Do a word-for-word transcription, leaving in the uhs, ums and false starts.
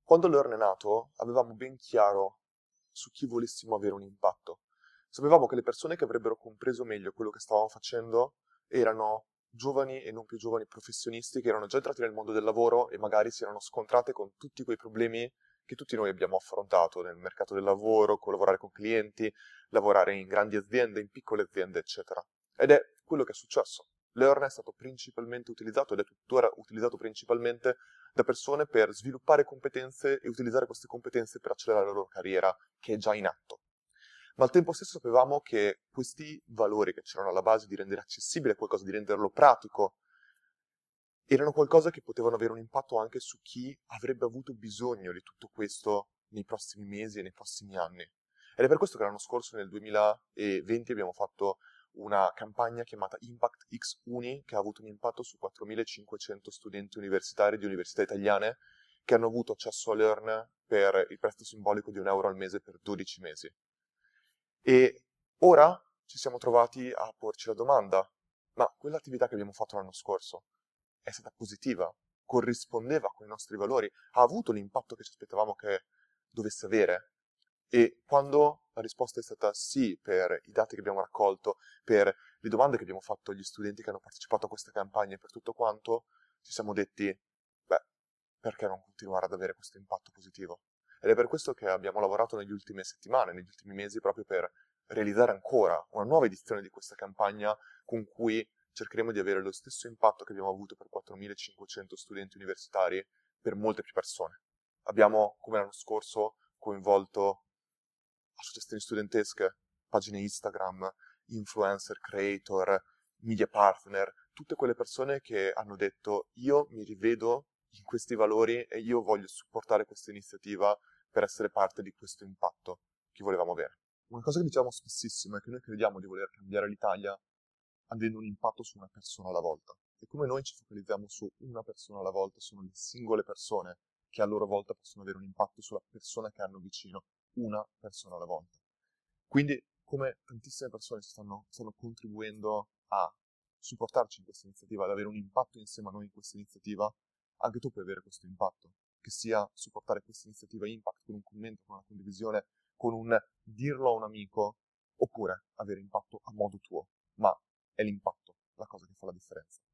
Quando Learn è nato, avevamo ben chiaro su chi volessimo avere un impatto. Sapevamo che le persone che avrebbero compreso meglio quello che stavamo facendo erano giovani e non più giovani professionisti che erano già entrati nel mondo del lavoro e magari si erano scontrate con tutti quei problemi che tutti noi abbiamo affrontato nel mercato del lavoro, con lavorare con clienti, lavorare in grandi aziende, in piccole aziende, eccetera. Ed è quello che è successo. Learn è stato principalmente utilizzato ed è tuttora utilizzato principalmente da persone per sviluppare competenze e utilizzare queste competenze per accelerare la loro carriera, che è già in atto. Ma al tempo stesso sapevamo che questi valori che c'erano alla base di rendere accessibile qualcosa, di renderlo pratico, erano qualcosa che potevano avere un impatto anche su chi avrebbe avuto bisogno di tutto questo nei prossimi mesi e nei prossimi anni. Ed è per questo che l'anno scorso, nel duemilaventi, abbiamo fatto una campagna chiamata Impact X Uni, che ha avuto un impatto su quattromilacinquecento studenti universitari di università italiane che hanno avuto accesso a Learn per il prezzo simbolico di un euro al mese per dodici mesi. E ora ci siamo trovati a porci la domanda, ma quell'attività che abbiamo fatto l'anno scorso è stata positiva, corrispondeva con i nostri valori, ha avuto l'impatto che ci aspettavamo che dovesse avere? E quando la risposta è stata sì, per i dati che abbiamo raccolto, per le domande che abbiamo fatto agli studenti che hanno partecipato a queste campagne, per tutto quanto, ci siamo detti, beh, perché non continuare ad avere questo impatto positivo? Ed è per questo che abbiamo lavorato negli ultime settimane, negli ultimi mesi, proprio per realizzare ancora una nuova edizione di questa campagna con cui cercheremo di avere lo stesso impatto che abbiamo avuto per quattromilacinquecento studenti universitari per molte più persone. Abbiamo, come l'anno scorso, coinvolto associazioni studentesche, pagine Instagram, influencer, creator, media partner, tutte quelle persone che hanno detto io mi rivedo in questi valori e io voglio supportare questa iniziativa per essere parte di questo impatto che volevamo avere. Una cosa che diciamo spessissimo è che noi crediamo di voler cambiare l'Italia avendo un impatto su una persona alla volta. E come noi ci focalizziamo su una persona alla volta, sono le singole persone che a loro volta possono avere un impatto sulla persona che hanno vicino, una persona alla volta. Quindi, come tantissime persone stanno, stanno contribuendo a supportarci in questa iniziativa, ad avere un impatto insieme a noi in questa iniziativa, anche tu puoi avere questo impatto, che sia supportare questa iniziativa Impact con un commento, con una condivisione, con un dirlo a un amico, oppure avere impatto a modo tuo, ma è l'impatto la cosa che fa la differenza.